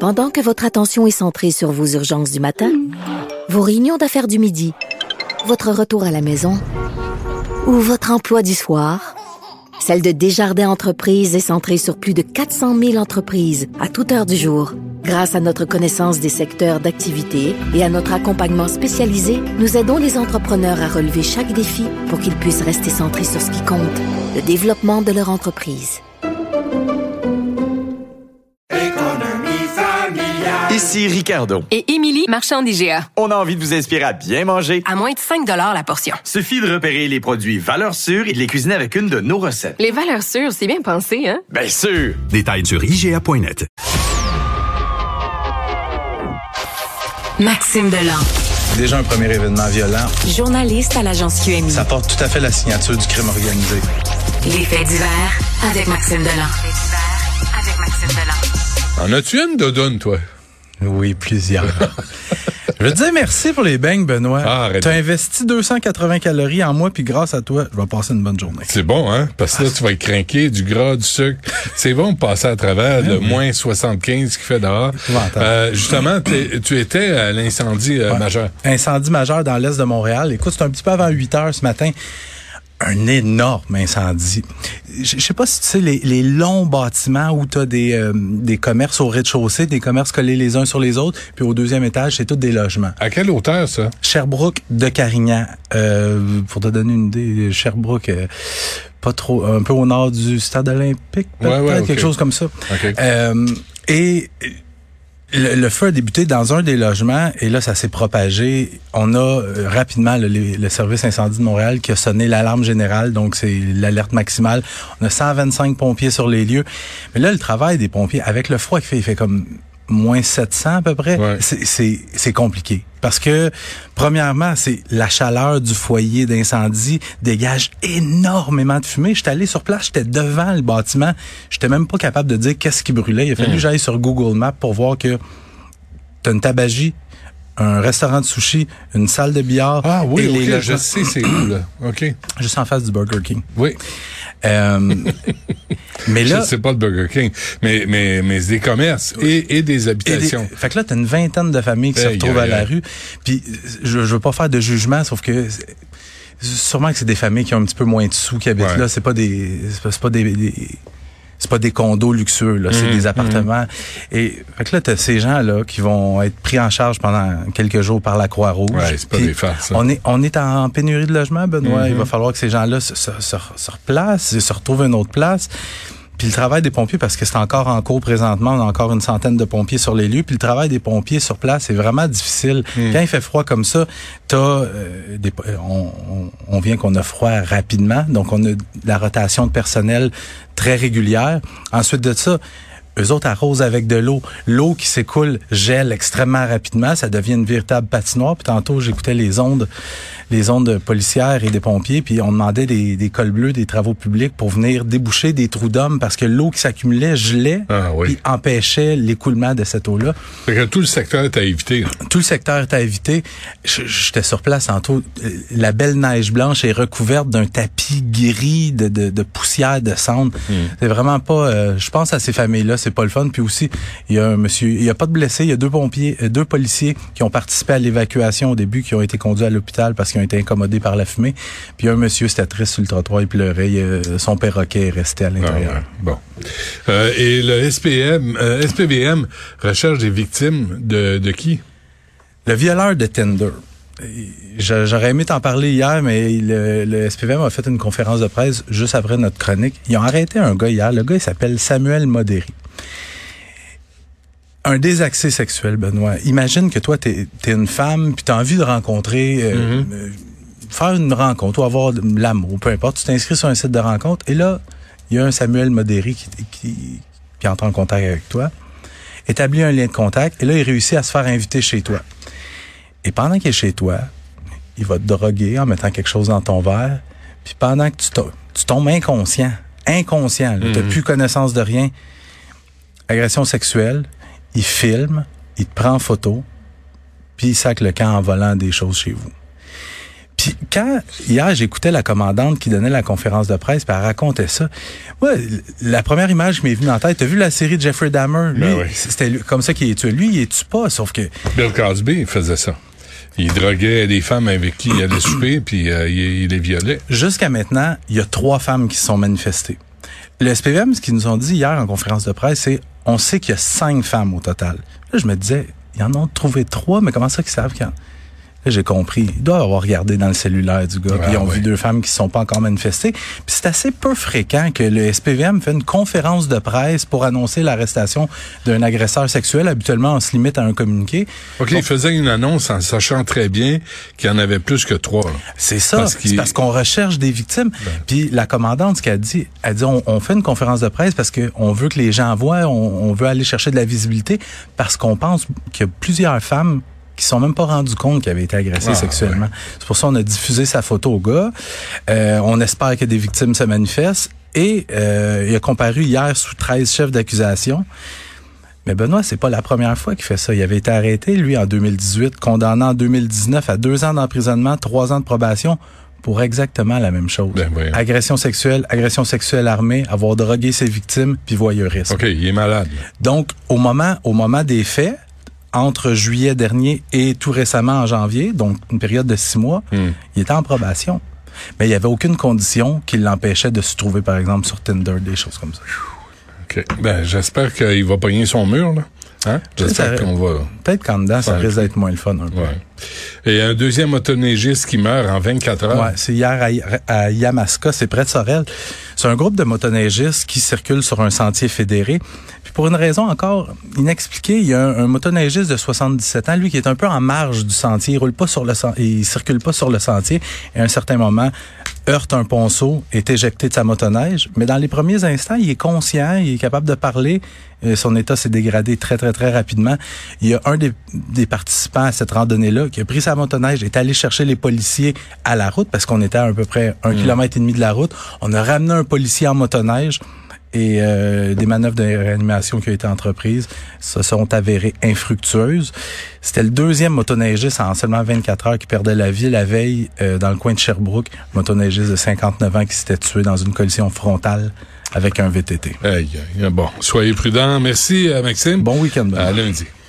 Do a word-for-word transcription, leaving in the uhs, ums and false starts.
Pendant que votre attention est centrée sur vos urgences du matin, vos réunions d'affaires du midi, votre retour à la maison ou votre emploi du soir, celle de Desjardins Entreprises est centrée sur plus de quatre cent mille entreprises à toute heure du jour. Grâce à notre connaissance des secteurs d'activité et à notre accompagnement spécialisé, nous aidons les entrepreneurs à relever chaque défi pour qu'ils puissent rester centrés sur ce qui compte, le développement de leur entreprise. Ici Ricardo. Et Émilie, marchand d'I G A. On a envie de vous inspirer à bien manger. À moins de cinq dollars la portion. Suffit de repérer les produits valeurs sûres et de les cuisiner avec une de nos recettes. Les valeurs sûres, c'est bien pensé, hein? Bien sûr! Détails sur I G A point net. Maxime Delan. Déjà un premier événement violent. Journaliste à l'agence Q M I. Ça porte tout à fait la signature du crime organisé. Les faits divers avec Maxime Delan. Les faits divers avec Maxime Delan. En as-tu une doudoune, toi? Oui, plusieurs. Je veux te dire merci pour les beignes, Benoît. Ah, arrête. Tu as investi deux cent quatre-vingts calories en moi, puis grâce à toi, je vais passer une bonne journée. C'est bon, hein? Parce que là, tu vas être craqué, du gras, du sucre. C'est bon de passer à travers le oui. moins soixante-quinze qui fait dehors. Épouvantable. Euh, justement, tu étais à l'incendie euh, Ouais. majeur. Incendie majeur dans l'est de Montréal. Écoute, c'est un petit peu avant huit heures ce matin. Un énorme incendie. Je sais pas si tu sais, les, les longs bâtiments où tu as des, euh, des commerces au rez-de-chaussée, des commerces collés les uns sur les autres, puis au deuxième étage, c'est tous des logements. À quelle hauteur, ça? Sherbrooke de Carignan. Euh, pour te donner une idée, Sherbrooke, euh, pas trop, un peu au nord du stade olympique, peut-être, Ouais, ouais, okay. quelque chose comme ça. Okay. Euh, et le, le feu a débuté dans un des logements et là, ça s'est propagé. On a euh, rapidement le, le service incendie de Montréal qui a sonné l'alarme générale, donc c'est l'alerte maximale. On a cent vingt-cinq pompiers sur les lieux. Mais là, le travail des pompiers, avec le froid qu'il fait, il fait comme moins sept cents à peu près, ouais. c'est, c'est, c'est compliqué. Parce que, premièrement, c'est la chaleur du foyer d'incendie dégage énormément de fumée. J'étais allé sur place, j'étais devant le bâtiment. J'étais même pas capable de dire qu'est-ce qui brûlait. Il a fallu mmh. que j'aille sur Google Maps pour voir que t'as une tabagie, un restaurant de sushi, une salle de billard. Ah oui, et okay, les logements. Je sais c'est où, là. OK. Juste en face du Burger King. Oui. Euh, mais là, c'est pas le Burger King, mais mais mais des commerces et, et des habitations. Et des, fait que là, t'as une vingtaine de familles qui hey, se retrouvent yeah, à yeah. la rue. Puis je, je veux pas faire de jugement, sauf que sûrement que c'est des familles qui ont un petit peu moins de sous qui habitent ouais. là. C'est pas des, c'est pas, c'est pas des, des c'est pas des condos luxueux, là, c'est mmh, des appartements. Mmh. Et fait que là, t'as ces gens-là qui vont être pris en charge pendant quelques jours par la Croix-Rouge. Ouais, c'est pas des farces, ça. On est, on est en pénurie de logement, Benoît. Mmh. Il va falloir que ces gens-là se, se, se, se replacent, se retrouvent une autre place. Puis le travail des pompiers, parce que c'est encore en cours présentement, on a encore une centaine de pompiers sur les lieux, puis le travail des pompiers sur place, c'est vraiment difficile. Mmh. Quand il fait froid comme ça, t'as euh, des, on, on, on vient qu'on a froid rapidement, donc on a la rotation de personnel très régulière. Ensuite de ça, eux autres arrosent avec de l'eau. L'eau qui s'écoule gèle extrêmement rapidement, ça devient une véritable patinoire. Puis tantôt, j'écoutais les ondes, les ondes policières et des pompiers, puis on demandait des, des cols bleus, des travaux publics pour venir déboucher des trous d'hommes parce que l'eau qui s'accumulait gelait ah, oui. puis empêchait l'écoulement de cette eau-là. Fait que tout le secteur est à éviter. Tout le secteur est à éviter. J'étais sur place tantôt. La belle neige blanche est recouverte d'un tapis gris de, de, de poussière, de cendre. Mm. C'est vraiment pas... Euh, je pense à ces familles-là, c'est pas le fun. Puis aussi, il y a un monsieur... Il y a pas de blessés. Il y a deux pompiers, deux policiers qui ont participé à l'évacuation au début, qui ont été conduits à l'hôpital parce qu'ils ont été incommodés par la fumée. Puis un monsieur, c'était triste sur le trottoir, il pleurait. Il, son perroquet est resté à l'intérieur. Ah ouais. Bon. Euh, et le S P M, euh, S P V M recherche des victimes de, de qui? Le violeur de Tinder. J'aurais aimé t'en parler hier, mais le, le S P V M a fait une conférence de presse juste après notre chronique. Ils ont arrêté un gars hier. Le gars, il s'appelle Samuel Modéry. Un désaxé sexuel, Benoît. Imagine que toi, t'es, t'es une femme, puis t'as envie de rencontrer, euh, mm-hmm. euh, faire une rencontre ou avoir de l'amour, peu importe. Tu t'inscris sur un site de rencontre, et là, il y a un Samuel Modéry qui, qui, qui entre en contact avec toi, établit un lien de contact, et là, il réussit à se faire inviter chez toi. Et pendant qu'il est chez toi, il va te droguer en mettant quelque chose dans ton verre, puis pendant que tu, to- tu tombes inconscient, inconscient, là, mm-hmm. t'as plus connaissance de rien, agression sexuelle, il filme, il te prend en photo, puis il sac le camp en volant des choses chez vous. Puis quand, hier, j'écoutais la commandante qui donnait la conférence de presse, puis elle racontait ça. Moi, la première image qui m'est venue en tête, t'as vu la série de Jeffrey Dahmer? Lui, ben oui. C'était lui, comme ça qu'il est tué. Lui, il est tue pas, sauf que... Bill Cosby faisait ça. Il droguait des femmes avec qui il allait souper, puis euh, il, il les violait. Jusqu'à maintenant, il y a trois femmes qui se sont manifestées. Le S P V M, ce qu'ils nous ont dit hier en conférence de presse, c'est on sait qu'il y a cinq femmes au total. Là, je me disais, ils en ont trouvé trois, mais comment ça qu'ils savent qu'il y en... Là, j'ai compris. Ils doivent avoir regardé dans le cellulaire du gars, ah, puis ils ont oui. vu deux femmes qui ne sont pas encore manifestées. Puis c'est assez peu fréquent que le S P V M fait une conférence de presse pour annoncer l'arrestation d'un agresseur sexuel. Habituellement, on se limite à un communiqué. OK, Donc, il faisait une annonce en sachant très bien qu'il y en avait plus que trois. Là. C'est ça, Parce c'est qu'il... parce qu'on recherche des victimes. Ben. Puis la commandante, ce qu'elle dit, elle dit, on, on fait une conférence de presse parce qu'on veut que les gens voient, on, on veut aller chercher de la visibilité, parce qu'on pense qu'il y a plusieurs femmes qui sont même pas rendus compte qu'il avait été agressé ah, sexuellement. Ouais. C'est pour ça qu'on a diffusé sa photo au gars. Euh, on espère que des victimes se manifestent. Et euh, il a comparu hier sous treize chefs d'accusation. Mais Benoît, c'est pas la première fois qu'il fait ça. Il avait été arrêté, lui, en deux mille dix-huit, condamné en deux mille dix-neuf à deux ans d'emprisonnement, trois ans de probation pour exactement la même chose. Ben, oui. Agression sexuelle, agression sexuelle armée, avoir drogué ses victimes, puis voyeurisme. OK, il est malade. Donc, au moment, au moment des faits, entre juillet dernier et tout récemment en janvier, donc une période de six mois, mm. il était en probation. Mais il n'y avait aucune condition qui l'empêchait de se trouver, par exemple, sur Tinder, des choses comme ça. OK. Ben, j'espère qu'il va pogner son mur, là. Hein? J'espère qu'on va... Peut-être qu'en dedans, ça risque d'être moins le fun un peu. Ouais. Et un deuxième motoneigiste qui meurt en vingt-quatre heures. Ouais, c'est hier à, à Yamaska, c'est près de Sorel. C'est un groupe de motoneigistes qui circulent sur un sentier fédéré. Puis pour une raison encore inexpliquée, il y a un, un motoneigiste de soixante-dix-sept ans, lui, qui est un peu en marge du sentier. Il roule pas sur le sentier, il circule pas sur le sentier. Et à un certain moment, heurte un ponceau, est éjecté de sa motoneige. Mais dans les premiers instants, il est conscient, il est capable de parler. Euh, son état s'est dégradé très, très, très rapidement. Il y a un des, des participants à cette randonnée-là qui a pris sa motoneige, est allé chercher les policiers à la route parce qu'on était à, à peu près un mmh. kilomètre et demi de la route. On a ramené un policier en motoneige et euh, des manœuvres de réanimation qui ont été entreprises se sont avérées infructueuses. C'était le deuxième motoneigiste en seulement vingt-quatre heures qui perdait la vie la veille euh, dans le coin de Sherbrooke. Motoneigiste de cinquante-neuf ans qui s'était tué dans une collision frontale avec un V T T. Aïe, aïe, bon, soyez prudents. Merci, Maxime. Bon week-end. À lundi.